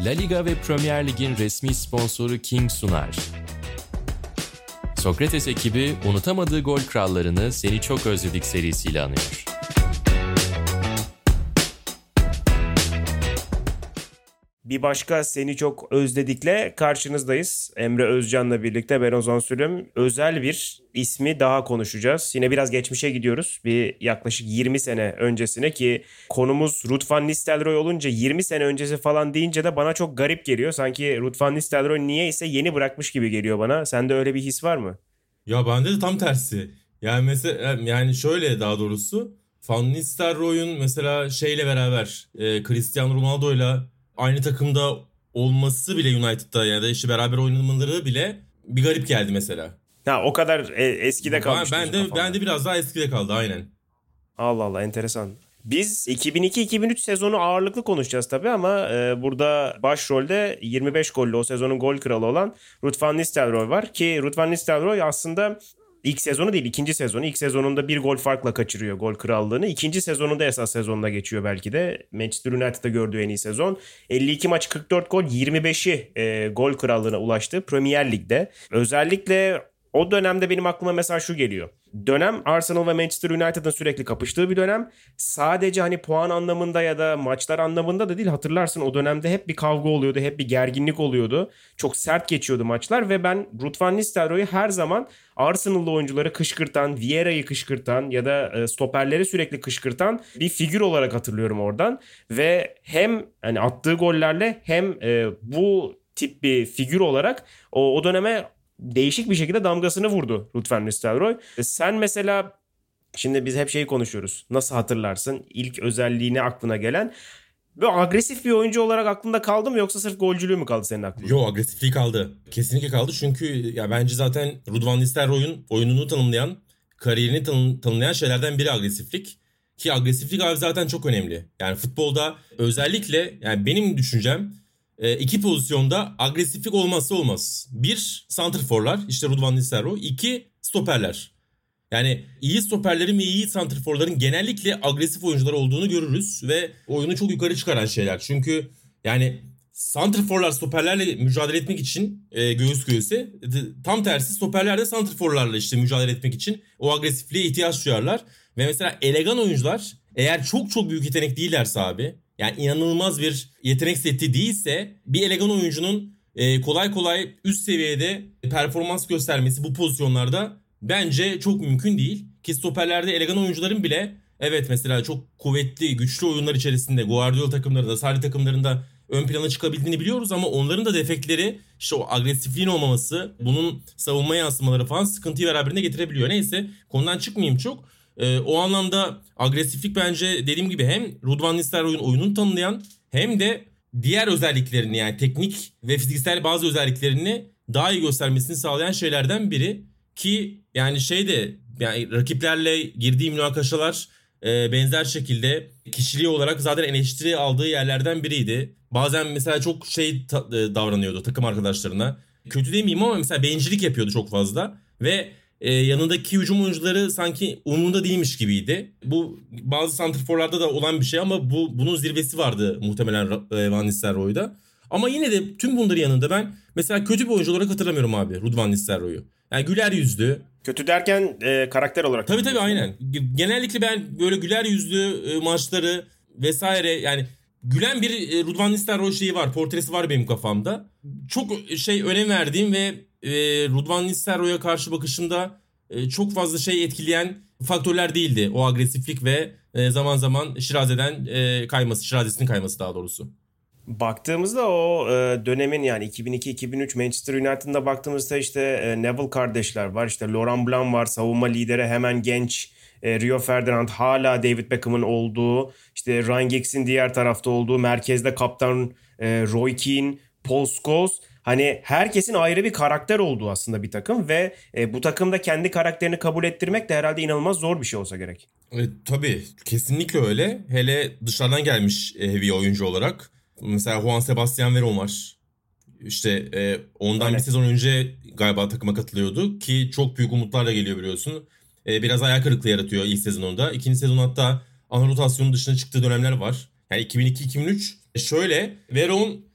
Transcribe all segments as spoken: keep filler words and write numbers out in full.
La Liga ve Premier Lig'in resmi sponsoru King sunar. Sokrates ekibi unutamadığı gol krallarını Seni Çok Özledik serisiyle anıyor. Bir başka Seni Çok Özledik'le karşınızdayız. Emre Özcan'la birlikte ben Ozan Sülüm. Özel bir ismi daha konuşacağız. Yine biraz geçmişe gidiyoruz. Bir yaklaşık yirmi sene öncesine ki konumuz Ruud van Nistelrooy olunca yirmi sene öncesi falan deyince de bana çok garip geliyor. Sanki Ruud van Nistelrooy niyeyse yeni bırakmış gibi geliyor bana. Sende öyle bir his var mı? Ya bende de tam tersi. Yani mesela yani şöyle daha doğrusu Van Nistelrooy'un mesela şeyle beraber e, Cristiano Ronaldo'yla aynı takımda olması bile United'da ya da işte beraber oynamaları bile bir garip geldi mesela. Ha o kadar e, eskide kalmış. Ben, ben de ben de biraz daha eskide kaldı aynen. Allah Allah enteresan. Biz iki bin iki iki bin üç sezonu ağırlıklı konuşacağız tabii ama e, burada başrolde yirmi beş gollü o sezonun gol kralı olan Ruud van Nistelrooy var ki Ruud van Nistelrooy aslında İlk sezonu değil ikinci sezonu. İlk sezonunda bir gol farkla kaçırıyor gol krallığını. İkinci sezonunda esas sezonunda geçiyor belki de. Manchester United'da gördüğü en iyi sezon. elli iki maç kırk dört gol yirmi beşi e, gol krallığına ulaştı Premier Lig'de. Özellikle o dönemde benim aklıma mesela şu geliyor. Dönem Arsenal ve Manchester United'ın sürekli kapıştığı bir dönem. Sadece hani puan anlamında ya da maçlar anlamında da değil. Hatırlarsın o dönemde hep bir kavga oluyordu. Hep bir gerginlik oluyordu. Çok sert geçiyordu maçlar ve ben Ruud van Nistelrooy'u her zaman Arsenal'lı oyuncuları kışkırtan, Vieira'yı kışkırtan ya da stoperleri sürekli kışkırtan bir figür olarak hatırlıyorum oradan. Ve hem hani attığı gollerle hem e, bu tip bir figür olarak o, o döneme değişik bir şekilde damgasını vurdu Ruud van Nistelrooy. Sen mesela şimdi biz hep şeyi konuşuyoruz. Nasıl hatırlarsın? İlk özelliğine aklına gelen. Böyle agresif bir oyuncu olarak aklında kaldı mı yoksa sırf golcülüğü mü kaldı senin aklında? Yo agresifliği kaldı. Kesinlikle kaldı çünkü ya bence zaten Ruud van Nistelrooy'un oyununu tanımlayan, kariyerini tanım, tanımlayan şeylerden biri agresiflik. Ki agresiflik abi zaten çok önemli. Yani futbolda özellikle yani benim düşüncem iki pozisyonda agresiflik olmazsa olmaz. Bir, santrforlar işte Ruud van Nistelrooy. İki, stoperler. Yani iyi stoperlerin ve iyi santrforların genellikle agresif oyuncular olduğunu görürüz. Ve oyunu çok yukarı çıkaran şeyler. Çünkü yani santrforlar stoperlerle mücadele etmek için e, göğüs göğüse. Tam tersi stoperler de santrforlarla işte mücadele etmek için o agresifliğe ihtiyaç duyarlar. Ve mesela elegan oyuncular eğer çok çok büyük yetenek değillerse abi, yani inanılmaz bir yetenek seti değilse bir elegan oyuncunun e, kolay kolay üst seviyede performans göstermesi bu pozisyonlarda bence çok mümkün değil. Ki stoperlerde elegan oyuncuların bile evet mesela çok kuvvetli, güçlü oyunlar içerisinde Guardiola takımlarında, Sarri takımlarında ön plana çıkabildiğini biliyoruz ama onların da defektleri işte o agresifliğin olmaması, bunun savunma yansımaları falan sıkıntıyı beraberinde getirebiliyor. Neyse konudan çıkmayayım çok. Ee, o anlamda agresiflik bence dediğim gibi hem Ruud van Nistelrooy'un oyununu tanımlayan hem de diğer özelliklerini yani teknik ve fiziksel bazı özelliklerini daha iyi göstermesini sağlayan şeylerden biri. Ki yani şey de yani rakiplerle girdiği münakaşalar e, benzer şekilde kişiliği olarak zaten eleştiri aldığı yerlerden biriydi. Bazen mesela çok şey ta, e, davranıyordu takım arkadaşlarına. Kötü demeyeyim ama mesela bencillik yapıyordu çok fazla ve Ee, yanındaki hücum oyuncuları sanki umurunda değilmiş gibiydi. Bu bazı santrforlarda da olan bir şey ama bu bunun zirvesi vardı muhtemelen e, Van Nistelrooy'da. Ama yine de tüm bunların yanında ben mesela kötü bir oyuncu olarak hatırlamıyorum abi Ruud van Nistelrooy'u. Yani güler yüzlü. Kötü derken e, karakter olarak. Tabii tabii aynen. Genellikle ben böyle güler yüzlü e, maçları vesaire yani gülen bir e, Ruud van Nistelrooy şeyi var, portresi var benim kafamda. Çok şey önem verdiğim ve e, Ruud van Nistelrooy'a karşı bakışımda e, çok fazla şey etkileyen faktörler değildi. O agresiflik ve e, zaman zaman Şiraze'den e, kayması, Şirazesinin kayması daha doğrusu. Baktığımızda o e, dönemin yani iki bin iki iki bin üç Manchester United'da baktığımızda işte e, Neville kardeşler var. İşte Laurent Blanc var. Savunma lideri hemen genç. E, Rio Ferdinand hala David Beckham'ın olduğu. İşte Ryan Giggs'in diğer tarafta olduğu. Merkezde kaptan e, Roy Keane, Paul Scholes. Hani herkesin ayrı bir karakter olduğu aslında bir takım. Ve e, bu takımda kendi karakterini kabul ettirmek de herhalde inanılmaz zor bir şey olsa gerek. E, tabii kesinlikle öyle. Hele dışarıdan gelmiş e, heavy oyuncu olarak. Mesela Juan Sebastian Veron var. İşte e, ondan Aynen. bir sezon önce galiba takıma katılıyordu ki çok büyük umutlarla geliyor biliyorsun. E, biraz ayak kırıklığı yaratıyor ilk sezonunda. İkinci sezon hatta ana rotasyonun dışına çıktığı dönemler var. Yani iki bin iki iki bin üç şöyle Veron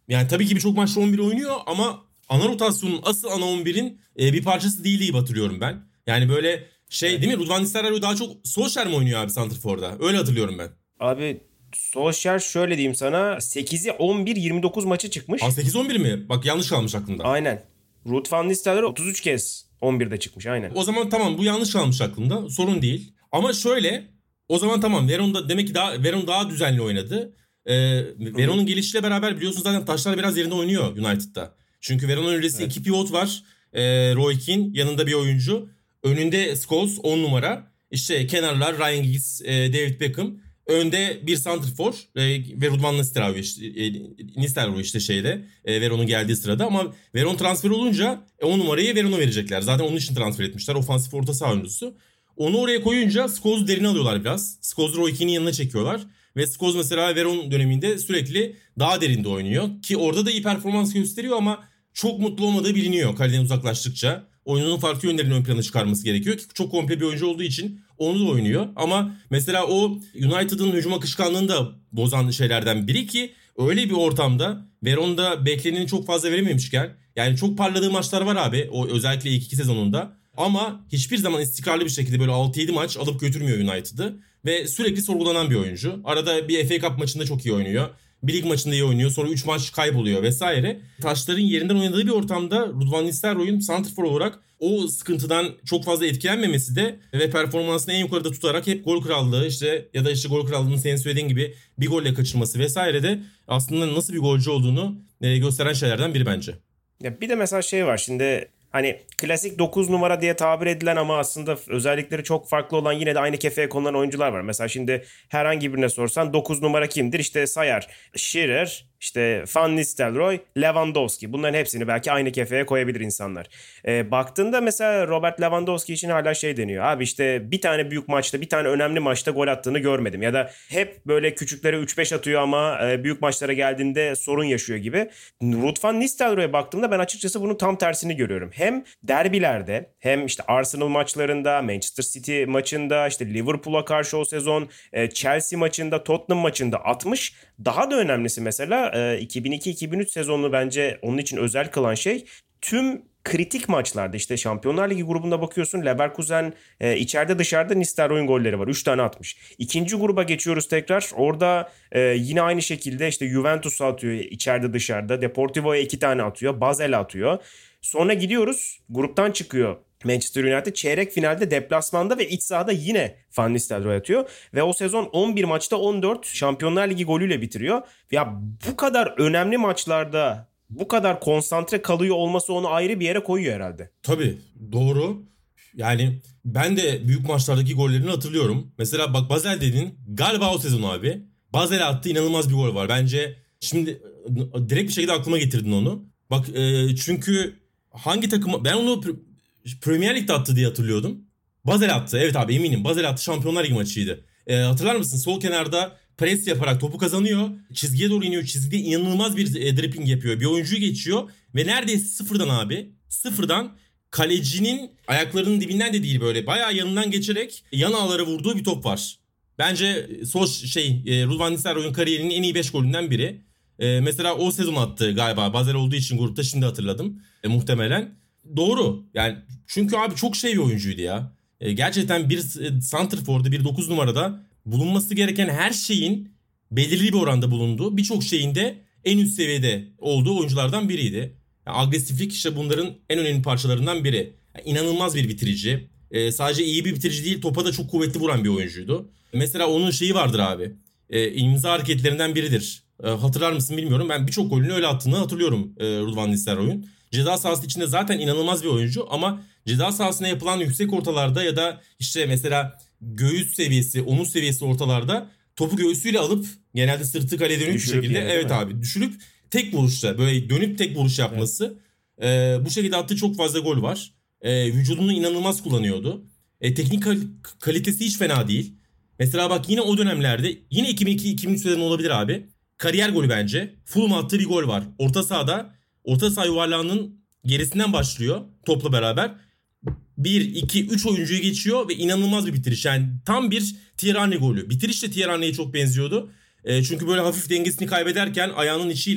Yani tabii ki birçok maçta on bir oynuyor ama ana rotasyonun asıl ana on birin e, bir parçası değil diye hatırlıyorum ben. Yani böyle şey Evet. değil mi? Rudvan Nistelrooy daha çok Solskjaer mi oynuyor abi santrforda? Öyle hatırlıyorum ben. Abi Solskjaer şöyle diyeyim sana, sekizi on bir yirmi dokuz maçı çıkmış. Aa, sekiz on bir mi? Bak yanlış kalmış aklımda. Aynen. Ruud van Nistelrooy otuz üç kez on birde çıkmış aynen. O zaman tamam, bu yanlış kalmış aklımda. Sorun değil. Ama şöyle, o zaman tamam, Veron da demek ki daha Veron daha düzenli oynadı. Ee, Veron'un gelişiyle beraber biliyorsunuz zaten taşlar biraz yerinde oynuyor United'da. Çünkü Veron'un öncesi Evet. iki pivot var. Ee, Roy Keane yanında bir oyuncu. Önünde Scholes on numara. İşte kenarlar Ryan Giggs, e, David Beckham. Önde bir santrfor e, ve Rudvan Nistelrooy işte, e, Nistelrooy işte şeyde e, Veron'un geldiği sırada, ama Veron transfer olunca e, on numarayı Veron'a verecekler. Zaten onun için transfer etmişler. Ofansif orta saha oyuncusu. Onu oraya koyunca Scholes'u derine alıyorlar biraz. Scholes'u Roy Keane'in yanına çekiyorlar. Ve Scholes mesela Veron döneminde sürekli daha derinde oynuyor. Ki orada da iyi performans gösteriyor ama çok mutlu olmadığı biliniyor kaleden uzaklaştıkça. Oyunun farklı yönlerini ön plana çıkarması gerekiyor ki çok komple bir oyuncu olduğu için onu da oynuyor. Ama mesela o United'ın hücum akışkanlığını da bozan şeylerden biri ki öyle bir ortamda Veron'da bekleneni çok fazla verememişken, yani çok parladığı maçlar var abi o özellikle ilk iki sezonunda, ama hiçbir zaman istikrarlı bir şekilde böyle altı yedi maç alıp götürmüyor United'ı ve sürekli sorgulanan bir oyuncu. Arada bir F A Cup maçında çok iyi oynuyor. Bir lig maçında iyi oynuyor. Sonra üç maç kayboluyor vesaire. Taşların yerinden oynadığı bir ortamda Rudvan Nistelrooy'un santrfor olarak o sıkıntıdan çok fazla etkilenmemesi de ve performansını en yukarıda tutarak hep gol krallığı işte ya da işte gol krallığını senin söylediğin gibi bir golle kaçırması vesaire de aslında nasıl bir golcü olduğunu gösteren şeylerden biri bence. Ya bir de mesela şey var şimdi, hani klasik dokuz numara diye tabir edilen ama aslında özellikleri çok farklı olan yine de aynı kefeye konulan oyuncular var. Mesela şimdi herhangi birine sorsan dokuz numara kimdir? İşte sayar. Shearer, işte Van Nistelrooy, Lewandowski. Bunların hepsini belki aynı kefeye koyabilir insanlar. Ee, baktığında mesela Robert Lewandowski için hala şey deniyor. Abi işte bir tane büyük maçta, bir tane önemli maçta gol attığını görmedim. Ya da hep böyle küçüklere üç beş atıyor ama büyük maçlara geldiğinde sorun yaşıyor gibi. Ruud van Nistelrooy'a baktığımda ben açıkçası bunun tam tersini görüyorum. Hem derbilerde hem işte Arsenal maçlarında, Manchester City maçında, işte Liverpool'a karşı o sezon, Chelsea maçında, Tottenham maçında atmış. Daha da önemlisi mesela iki bin iki iki bin üç sezonunu bence onun için özel kılan şey, tüm kritik maçlarda işte Şampiyonlar Ligi grubunda bakıyorsun, Leverkusen e, içeride dışarıda Nistelrooy'un golleri var. üç tane atmış. İkinci gruba geçiyoruz tekrar. Orada e, yine aynı şekilde işte Juventus'a atıyor içeride dışarıda. Deportivo'ya iki tane atıyor. Basel'e atıyor. Sonra gidiyoruz. Gruptan çıkıyor Manchester United, çeyrek finalde deplasmanda ve iç sahada yine Van Nistelrooy atıyor. Ve o sezon on bir maçta on dört Şampiyonlar Ligi golüyle bitiriyor. Ya bu kadar önemli maçlarda bu kadar konsantre kalıyor olması onu ayrı bir yere koyuyor herhalde. Tabii doğru. Yani ben de büyük maçlardaki gollerini hatırlıyorum. Mesela bak Basel dedin, galiba o sezon abi. Basel'e attığı inanılmaz bir gol var. Bence şimdi direkt bir şekilde aklıma getirdin onu. Bak e, çünkü hangi takım, ben onu Premier Lig'de attı diye hatırlıyordum. Basel attı. Evet abi eminim. Basel attı, Şampiyonlar Ligi maçıydı. E, hatırlar mısın? Sol kenarda pres yaparak topu kazanıyor. Çizgiye doğru iniyor. Çizgide inanılmaz bir e, dribbling yapıyor. Bir oyuncuyu geçiyor ve neredeyse sıfırdan abi. Sıfırdan kalecinin ayaklarının dibinden de değil, böyle bayağı yanından geçerek yan ağlara vurduğu bir top var. Bence sol şey e, Ruud van Nistelrooy'un kariyerinin en iyi beş golünden biri. E, mesela o sezon attı galiba. Basel olduğu için grupta, şimdi hatırladım. E, muhtemelen. Doğru. Yani çünkü abi çok şey bir oyuncuydu ya. E, gerçekten bir santrfor'da, bir dokuz numarada bulunması gereken her şeyin belirli bir oranda bulunduğu, birçok şeyin de en üst seviyede olduğu oyunculardan biriydi. Yani agresiflik işte bunların en önemli parçalarından biri. Yani inanılmaz bir bitirici. E, sadece iyi bir bitirici değil, topa da çok kuvvetli vuran bir oyuncuydu. Mesela onun şeyi vardır abi. E, imza hareketlerinden biridir. E, hatırlar mısın bilmiyorum. Ben birçok golünü öyle attığını hatırlıyorum e, Ruud van Nistelrooy'un. Ceza sahası içinde zaten inanılmaz bir oyuncu ama ceza sahasına yapılan yüksek ortalarda ya da işte mesela göğüs seviyesi, omuz seviyesi ortalarda topu göğsüyle alıp genelde sırtı kaleye dönük bir şekilde, yani, evet abi düşürüp tek vuruşta böyle dönüp tek vuruş yapması. Evet. E, bu şekilde attığı çok fazla gol var. E, vücudunu inanılmaz kullanıyordu. E, teknik kal- kalitesi hiç fena değil. Mesela bak yine o dönemlerde, yine iki bin iki iki bin üç sezonu olabilir abi. Kariyer golü bence. Fulham attığı bir gol var. Orta sahada, orta saha yuvarlağının gerisinden başlıyor topla beraber. bir, iki, üç oyuncuyu geçiyor ve inanılmaz bir bitiriş. Yani tam bir Tierney golü. Bitiriş de Tierney'e çok benziyordu. E, çünkü böyle hafif dengesini kaybederken ayağının içiyle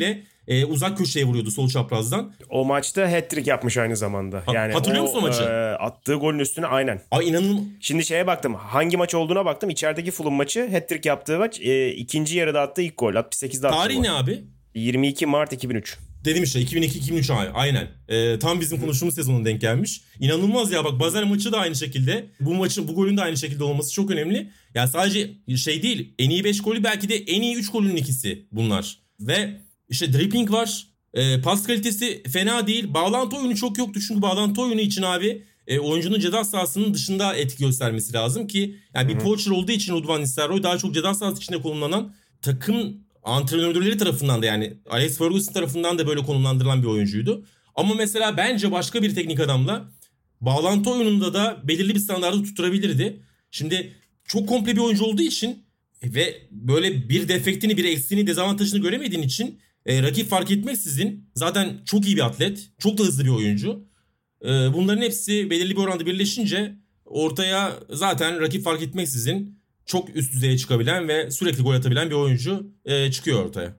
e, uzak köşeye vuruyordu sol çaprazdan. O maçta hat-trick yapmış aynı zamanda. Ha, yani hatırlıyor o, musun o maçı? E, attığı golün üstüne aynen. Ay inanın. Şimdi şeye baktım. Hangi maç olduğuna baktım. İçerideki Fulham maçı hat-trick yaptığı maç. E, ikinci yarıda attığı ilk gol. altmış sekizde attığı Tarih gol. ne abi? yirmi iki Mart iki bin üç. Dedim işte iki bin iki iki bin üç aynen. Ee, tam bizim konuştuğumuz sezonun denk gelmiş. İnanılmaz ya, bak Basel maçı da aynı şekilde. Bu maçın bu golün de aynı şekilde olması çok önemli. Ya sadece şey değil, en iyi beş golü belki de en iyi üç golün ikisi bunlar. Ve işte dribbling var. E, pas kalitesi fena değil. Bağlantı oyunu çok yoktu çünkü bağlantı oyunu için abi e, oyuncunun ceza sahasının dışında etki göstermesi lazım ki yani bir poacher olduğu için Ruud van Nistelrooy daha çok ceza sahası içinde konumlanan, takım antrenörleri tarafından da yani Alex Ferguson tarafından da böyle konumlandırılan bir oyuncuydu. Ama mesela bence başka bir teknik adamla bağlantı oyununda da belirli bir standardı tutturabilirdi. Şimdi çok komple bir oyuncu olduğu için ve böyle bir defektini, bir eksiğini, dezavantajını göremediğin için e, rakip fark etmeksizin zaten çok iyi bir atlet, çok da hızlı bir oyuncu. E, bunların hepsi belirli bir oranda birleşince ortaya zaten rakip fark etmeksizin çok üst düzeye çıkabilen ve sürekli gol atabilen bir oyuncu e, çıkıyor ortaya.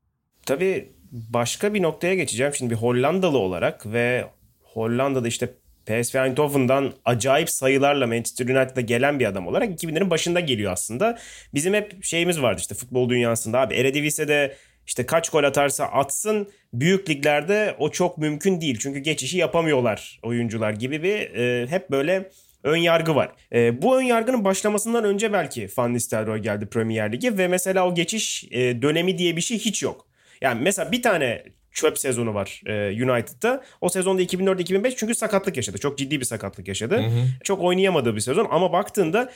Tabii başka bir noktaya geçeceğim. Şimdi bir Hollandalı olarak ve Hollanda'da işte P S V Eindhoven'dan acayip sayılarla Manchester United'a gelen bir adam olarak iki binlerin başında geliyor aslında. Bizim hep şeyimiz vardı işte futbol dünyasında abi. Eredivisie'de işte kaç gol atarsa atsın, büyük liglerde o çok mümkün değil. Çünkü geçişi yapamıyorlar oyuncular gibi bir e, hep böyle ön yargı var. E, bu ön yargının başlamasından önce belki Van Nistelrooy geldi Premier Lig'e ve mesela o geçiş e, dönemi diye bir şey hiç yok. Yani mesela bir tane çöp sezonu var e, United'da. O sezonda iki bin dört iki bin beş çünkü sakatlık yaşadı. Çok ciddi bir sakatlık yaşadı. Hı hı. Çok oynayamadığı bir sezon ama baktığında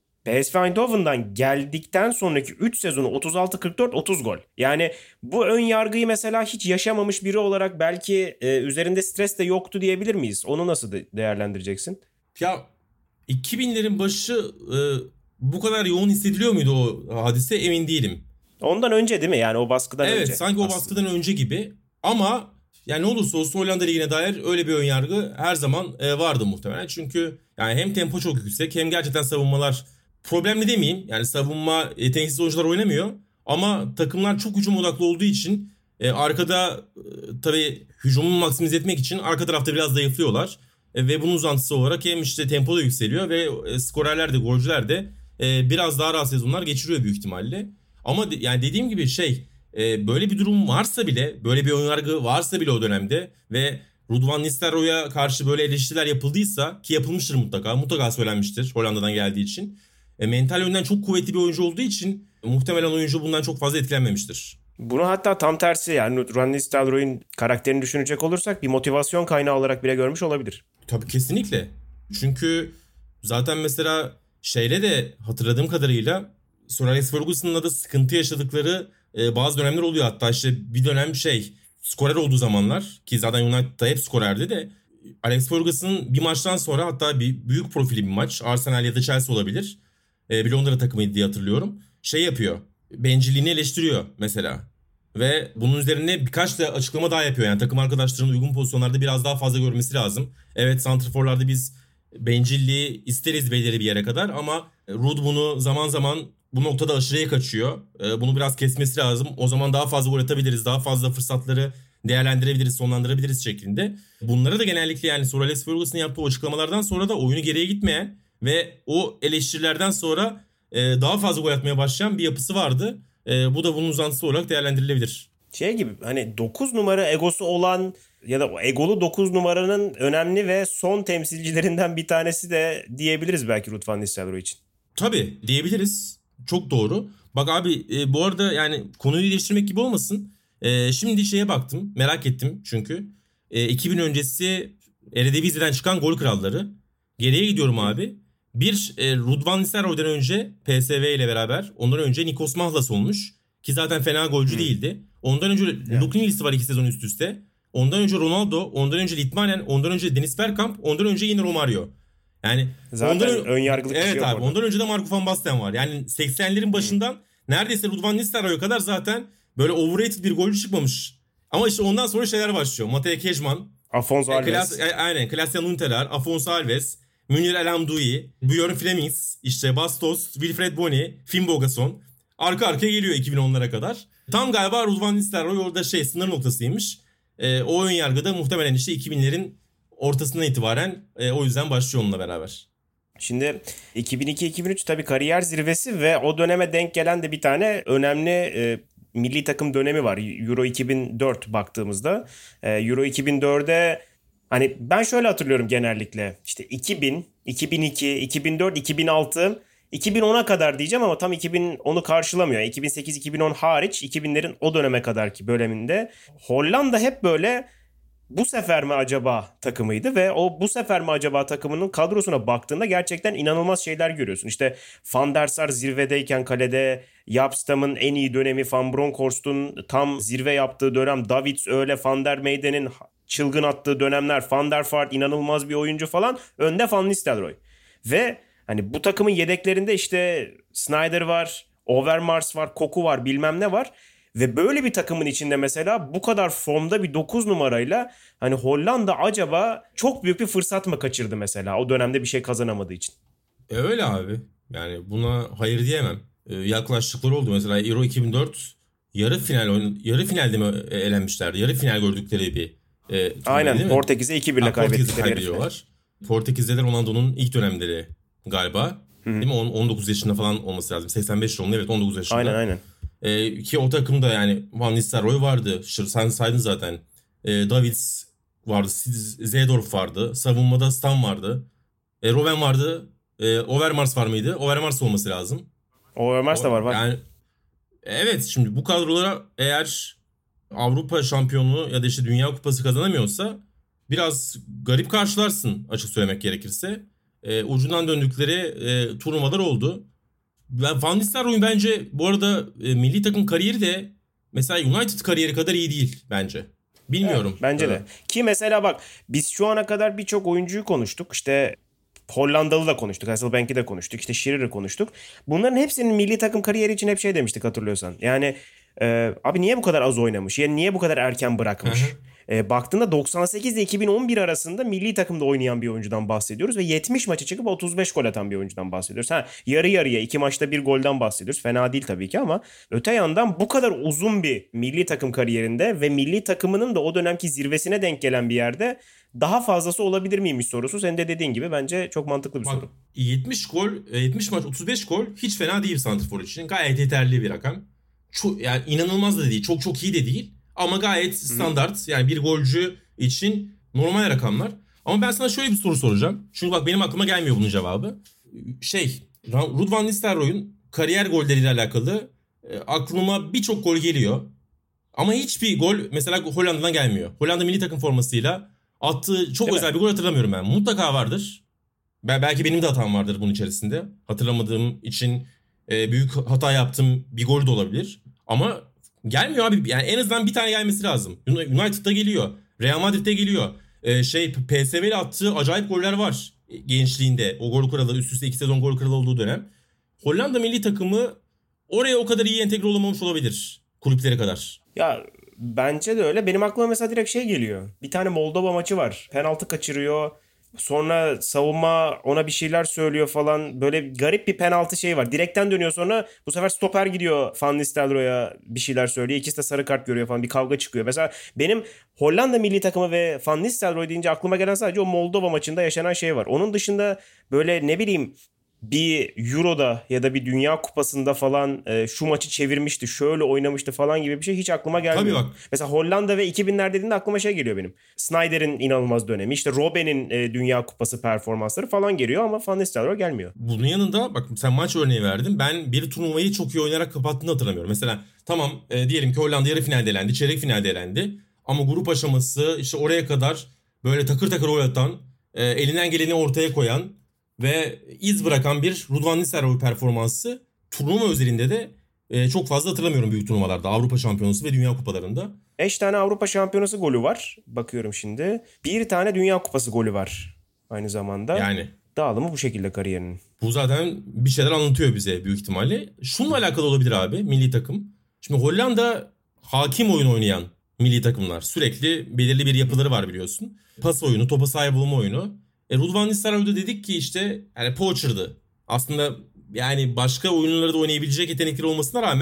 P S V Eindhoven'dan geldikten sonraki üç sezonu otuz altı kırk dört otuz gol. Yani bu ön yargıyı mesela hiç yaşamamış biri olarak belki e, üzerinde stres de yoktu diyebilir miyiz? Onu nasıl de- değerlendireceksin? Ya iki binlerin başı e, bu kadar yoğun hissediliyor muydu o hadise, emin değilim. Ondan önce değil mi? Yani o baskıdan evet, önce. Evet sanki aslında. O baskıdan önce gibi. Ama yani ne olursa olsun Hollanda Ligi'ne dair öyle bir önyargı her zaman e, vardı muhtemelen. Çünkü yani hem tempo çok yüksek hem gerçekten savunmalar problemli demeyeyim. Yani savunma yeteneksiz oyuncular oynamıyor. Ama takımlar çok hücum odaklı olduğu için e, arkada e, tabii hücumu maksimize etmek için arka tarafta biraz zayıflıyorlar. E, ve bunun uzantısı olarak hem işte tempo da yükseliyor ve e, skorerler de golcüler de e, biraz daha rahat sezonlar geçiriyor büyük ihtimalle. Ama de, yani dediğim gibi şey e, böyle bir durum varsa bile, böyle bir önyargı varsa bile o dönemde ve Ruud van Nistelrooy'a karşı böyle eleştiriler yapıldıysa, ki yapılmıştır mutlaka, mutlaka söylenmiştir Hollanda'dan geldiği için. E, mental yönden çok kuvvetli bir oyuncu olduğu için muhtemelen oyuncu bundan çok fazla etkilenmemiştir. Bunu hatta tam tersi yani Van Nistelrooy'un karakterini düşünecek olursak bir motivasyon kaynağı olarak bile görmüş olabilir. Tabii kesinlikle. Çünkü zaten mesela şeyle de hatırladığım kadarıyla Sir Alex Ferguson'la da sıkıntı yaşadıkları e, bazı dönemler oluyor. Hatta işte bir dönem şey skorer olduğu zamanlar, ki zaten United'da hep skorerdi de, Alex Ferguson bir maçtan sonra, hatta bir büyük profili bir maç, Arsenal ya da Chelsea olabilir, e, bir Londra takımıydı diye hatırlıyorum, şey yapıyor, bencilliğini eleştiriyor mesela. Ve bunun üzerine birkaç da açıklama daha yapıyor. Yani takım arkadaşlarının uygun pozisyonlarda biraz daha fazla görmesi lazım. Evet, santrforlarda biz bencilliği isteriz belirli bir yere kadar ama Ruud bunu zaman zaman bu noktada aşırıya kaçıyor. Bunu biraz kesmesi lazım. O zaman daha fazla gol atabiliriz, daha fazla fırsatları değerlendirebiliriz, sonlandırabiliriz şeklinde. Bunlara da genellikle yani Sir Alex Ferguson'ın yaptığı açıklamalardan sonra da oyunu geriye gitmeyen ve o eleştirilerden sonra daha fazla gol atmaya başlayan bir yapısı vardı. E, bu da bunun uzantısı olarak değerlendirilebilir. Şey gibi hani dokuz numara egosu olan ya da egolu dokuz numaranın önemli ve son temsilcilerinden bir tanesi de diyebiliriz belki Ruud van Nistelrooy için. Tabii diyebiliriz. Çok doğru. Bak abi e, bu arada yani konuyu değiştirmek gibi olmasın. E, şimdi şeye baktım, merak ettim çünkü. E, iki bin öncesi Eredivisie'den çıkan gol kralları. Geriye gidiyorum abi. Bir e, Ruud van Nistelrooy'dan önce P S V ile beraber, ondan önce Nikos Mahlas olmuş. Ki zaten fena golcü hmm. değildi. Ondan önce yeah. Luke Nilis'i var iki sezon üst üste. Ondan önce Ronaldo, ondan önce Litmanen, ondan önce Dennis Bergkamp, ondan önce yine Romario. Yani zaten ondan, ön yargılı evet bir şey abi, orada. ondan önce de Marco van Basten var. Yani seksenlerin başından hmm. neredeyse Ruud van Nistelrooy'a kadar zaten böyle overrated bir golcü çıkmamış. Ama işte ondan sonra şeyler başlıyor. Matej Kejman, Afonso Alves. Klas, aynen, Klaas-Jan Huntelaar, Afonso Alves, Münir El Hamdoui, Björn Flemings, işte Bastos, Wilfred Bony, Finn Bogason. Arka arkaya geliyor iki bin onlara kadar. Tam galiba Ruud van Nistelrooy orada şey sınır noktasıymış. E, o ön yargıda muhtemelen işte iki binlerin ortasından itibaren e, o yüzden başlıyor onunla beraber. Şimdi iki bin iki iki bin üç tabii kariyer zirvesi ve o döneme denk gelen de bir tane önemli e, milli takım dönemi var. Euro iki bin dört baktığımızda. E, Euro iki bin dörde hani ben şöyle hatırlıyorum genellikle. İşte iki bin, iki bin iki, iki bin dört, iki bin altı, iki bin ona kadar diyeceğim ama tam iki bin onu karşılamıyor. iki bin sekiz iki bin on hariç iki binlerin o döneme kadarki bölümünde Hollanda hep böyle bu sefer mi acaba takımıydı ve o bu sefer mi acaba takımının kadrosuna baktığında gerçekten inanılmaz şeyler görüyorsun. İşte Van der Sar zirvedeyken kalede, Jaap Stam'ın en iyi dönemi, Van Bronckhorst'un tam zirve yaptığı dönem, Davids öyle, Van der Meyden'in çılgın attığı dönemler, Van der Vaart inanılmaz bir oyuncu falan, önde Van Nistelrooy. Ve hani bu takımın yedeklerinde işte Sneijder var, Overmars var, Cocu var, bilmem ne var. Ve böyle bir takımın içinde mesela bu kadar formda bir dokuz numarayla hani Hollanda acaba çok büyük bir fırsat mı kaçırdı mesela o dönemde bir şey kazanamadığı için? E öyle abi. Yani buna hayır diyemem. E, yaklaştıkları oldu. Mesela Euro iki bin dört yarı final oyun, yarı finalde mi elenmişlerdi? Yarı final gördükleri bir e, aynen Portekiz'e iki birle kaybettikleri kaybediyorlar. Portekiz'de Ronaldo'nun ilk dönemleri galiba. Hı-hı. Değil mi? on dokuz yaşında falan olması lazım. seksen beş yılında, evet, on dokuz yaşında. Aynen aynen. Ee, ki o takımda yani Van Nistelrooy vardı. Sen saydın zaten. Ee, Davids vardı. Zeedorf vardı. Savunmada Stam vardı. E, Robben vardı. E, Overmars var mıydı? Overmars olması lazım. Overmars da var var. Yani, evet, şimdi bu kadrolara eğer Avrupa şampiyonluğu ya da işte Dünya Kupası kazanamıyorsa biraz garip karşılarsın, açık söylemek gerekirse. E, ucundan döndükleri e, turnuvalar oldu. Van Nistelrooy'un bence bu arada e, milli takım kariyeri de mesela United kariyeri kadar iyi değil bence. Bilmiyorum. Evet, bence evet. de. Ki mesela bak biz şu ana kadar birçok oyuncuyu konuştuk. İşte Hollandalı da konuştuk. Hasselbank'i de konuştuk. İşte Shearer'ı konuştuk. Bunların hepsinin milli takım kariyeri için hep şey demiştik, hatırlıyorsan. Yani e, abi niye bu kadar az oynamış? Yani niye bu kadar erken bırakmış? E, baktığında doksan sekiz ile iki bin on bir arasında milli takımda oynayan bir oyuncudan bahsediyoruz ve yetmiş maça çıkıp otuz beş gol atan bir oyuncudan bahsediyoruz. Ha, yarı yarıya iki maçta bir golden bahsediyoruz. Fena değil tabii ki ama öte yandan bu kadar uzun bir milli takım kariyerinde ve milli takımının da o dönemki zirvesine denk gelen bir yerde daha fazlası olabilir miymiş sorusu. Senin de dediğin gibi bence çok mantıklı bir Bak, soru. yetmiş gol, yetmiş maç, otuz beş gol hiç fena değil santrfor için. Gayet yeterli bir rakam. Çok, yani inanılmaz da değil, çok çok iyi de değil. Ama gayet standart. Hı-hı. Yani bir golcü için normal rakamlar. Ama ben sana şöyle bir soru soracağım. Çünkü bak benim aklıma gelmiyor bunun cevabı. Şey, Ruud van Nistelrooy'un kariyer golleriyle alakalı e, aklıma birçok gol geliyor. Ama hiçbir gol mesela Hollanda'dan gelmiyor. Hollanda milli takım formasıyla attığı çok Değil özel mi? bir gol hatırlamıyorum ben. Mutlaka vardır. Ben, belki benim de hatam vardır bunun içerisinde. Hatırlamadığım için e, büyük hata yaptığım bir gol de olabilir. Ama gelmiyor abi. Yani en azından bir tane gelmesi lazım. United'da geliyor. Real Madrid'de geliyor. Ee, şey P S V ile attığı acayip goller var gençliğinde. O gol kralı, üst üste iki sezon gol kralı olduğu dönem. Hollanda milli takımı oraya o kadar iyi entegre olamamış olabilir. Kulüplere kadar. Ya bence de öyle. Benim aklıma mesela direkt şey geliyor. Bir tane Moldova maçı var. Penaltı kaçırıyor. Sonra savunma ona bir şeyler söylüyor falan. Böyle garip bir penaltı şey var. Direkten dönüyor, sonra bu sefer stoper gidiyor Van Nistelrooy'a bir şeyler söylüyor. İkisi de sarı kart görüyor falan. Bir kavga çıkıyor. Mesela benim Hollanda milli takımı ve Van Nistelrooy deyince aklıma gelen sadece o Moldova maçında yaşanan şey var. Onun dışında böyle ne bileyim bir Euro'da ya da bir Dünya Kupası'nda falan e, şu maçı çevirmişti, şöyle oynamıştı falan gibi bir şey hiç aklıma gelmiyor. Tabii bak. Mesela Hollanda ve iki binler dediğinde aklıma şey geliyor benim. Sneijder'in inanılmaz dönemi, işte Robben'in e, Dünya Kupası performansları falan geliyor ama Van Nistelrooy gelmiyor. Bunun yanında bak sen maç örneği verdin. Ben bir turnuvayı çok iyi oynayarak kapattığını hatırlamıyorum. Mesela tamam e, diyelim ki Hollanda yarı finalde elendi, çeyrek finalde elendi. Ama grup aşaması işte oraya kadar böyle takır takır oynatan, e, elinden geleni ortaya koyan ve iz bırakan bir Ruud van Nistelrooy performansı turnuva özelinde de e, çok fazla hatırlamıyorum büyük turnuvalarda. Avrupa Şampiyonası ve Dünya Kupalarında. beş tane Avrupa Şampiyonası golü var. Bakıyorum şimdi. Bir tane Dünya Kupası golü var aynı zamanda. Yani. Dağılımı bu şekilde kariyerinin. Bu zaten bir şeyler anlatıyor bize büyük ihtimalle. Şununla alakalı olabilir abi, milli takım. Şimdi Hollanda hakim oyun oynayan milli takımlar. Sürekli belirli bir yapıları var biliyorsun. Pas oyunu, topa sahip olma oyunu. E, Ruud van Nistelrooy'da dedik ki işte yani poacher'dı. Aslında yani başka oyunları da oynayabilecek yetenekleri olmasına rağmen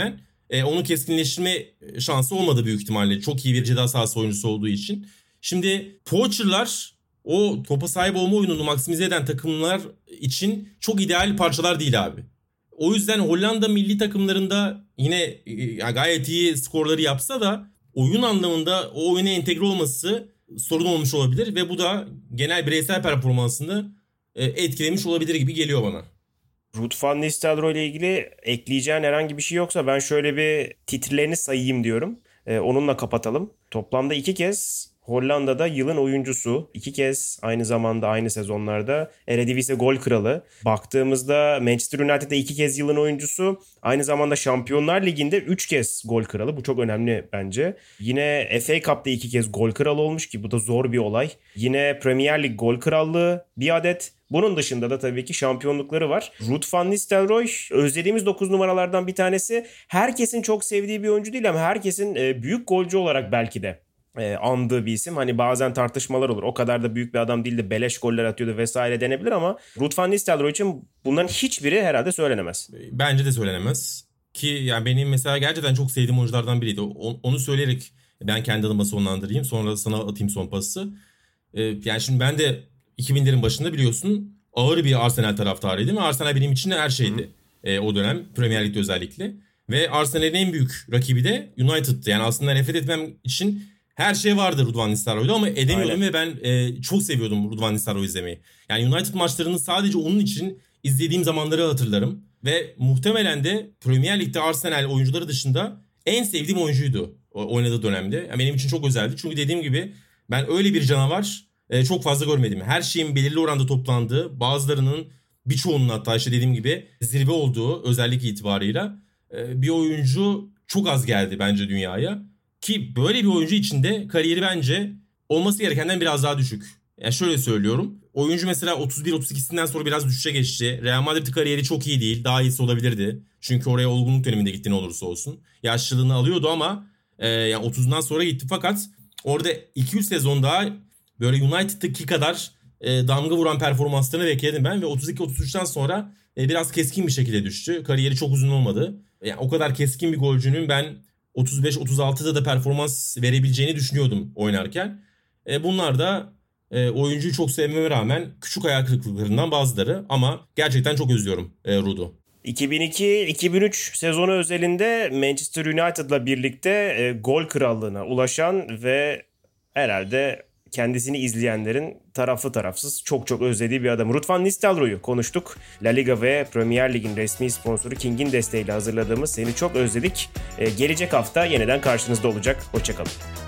e, onu keskinleştirme şansı olmadı büyük ihtimalle. Çok iyi bir ceza sahası oyuncusu olduğu için. Şimdi poacher'lar o topa sahip olma oyununu maksimize eden takımlar için çok ideal parçalar değil abi. O yüzden Hollanda milli takımlarında yine e, gayet iyi skorları yapsa da oyun anlamında o oyuna entegre olması sorun olmuş olabilir ve bu da genel bireysel performansını e, etkilemiş olabilir gibi geliyor bana. Ruud van Nistelrooy ile ilgili ekleyeceğin herhangi bir şey yoksa ben şöyle bir titrlerini sayayım diyorum. Ee, onunla kapatalım. Toplamda iki kez Hollanda'da yılın oyuncusu. iki kez aynı zamanda aynı sezonlarda Eredivisie gol kralı. Baktığımızda Manchester United'da iki kez yılın oyuncusu. Aynı zamanda Şampiyonlar Ligi'nde üç kez gol kralı. Bu çok önemli bence. Yine F A Cup'ta iki kez gol kralı olmuş ki bu da zor bir olay. Yine Premier Lig gol krallığı bir adet. Bunun dışında da tabii ki şampiyonlukları var. Ruud van Nistelrooy özlediğimiz dokuz numaralardan bir tanesi. Herkesin çok sevdiği bir oyuncu değil ama herkesin büyük golcü olarak belki de e, andığı bir isim. Hani bazen tartışmalar olur. O kadar da büyük bir adam değildi. Beleş goller atıyordu vesaire denebilir ama Ruud van Nistelrooy için bunların hiçbiri herhalde söylenemez. Bence de söylenemez. Ki yani benim mesela gerçekten çok sevdiğim oyunculardan biriydi. O, onu söyleyerek ben kendi adıma sonlandırayım. Sonra sana atayım son pası. Ee, yani şimdi ben de iki binlerin başında biliyorsun ağır bir Arsenal taraftarıydım. Ve Arsenal benim için her şeydi. E, o dönem Premier Lig'de özellikle. Ve Arsenal'in en büyük rakibi de United'tı. Yani aslında nefret etmem için her şey vardı Ruud van Nistelrooy'da ama edemiyordum. Aynen. Ve ben e, çok seviyordum Ruud van Nistelrooy izlemeyi. Yani United maçlarını sadece onun için izlediğim zamanları hatırlarım. Ve muhtemelen de Premier Lig'de Arsenal oyuncuları dışında en sevdiğim oyuncuydu oynadığı dönemde. Yani benim için çok özeldi. Çünkü dediğim gibi ben öyle bir canavar e, çok fazla görmedim. Her şeyin belirli oranda toplandığı, bazılarının birçoğunun hatta işte dediğim gibi zirve olduğu özellik itibarıyla e, bir oyuncu çok az geldi bence dünyaya. Ki böyle bir oyuncu için de kariyeri bence olması gerekenden biraz daha düşük. Yani şöyle söylüyorum. Oyuncu mesela otuz bir otuz ikisinden sonra biraz düşüşe geçti. Real Madrid kariyeri çok iyi değil. Daha iyisi olabilirdi. Çünkü oraya olgunluk döneminde gitti ne olursa olsun. Yaşlılığını alıyordu ama e, yani otuzundan sonra gitti. Fakat orada iki üç sezon daha böyle United'daki kadar e, damga vuran performanslarını bekledim ben. Ve otuz iki otuz üçten sonra e, biraz keskin bir şekilde düştü. Kariyeri çok uzun olmadı. Yani o kadar keskin bir golcünün ben otuz beş otuz altıda da performans verebileceğini düşünüyordum oynarken. E, bunlar da e, oyuncuyu çok sevmeme rağmen küçük hayal kırıklıklarından bazıları ama gerçekten çok özlüyorum e, Ruud'u. iki bin iki iki bin üç sezonu özelinde Manchester United'la birlikte e, gol krallığına ulaşan ve herhalde kendisini izleyenlerin taraflı tarafsız çok çok özlediği bir adam. Ruud van Nistelrooy'u konuştuk. La Liga ve Premier Lig'in resmi sponsoru King'in desteğiyle hazırladığımız Seni Çok Özledik. Ee, gelecek hafta yeniden karşınızda olacak. Hoşçakalın.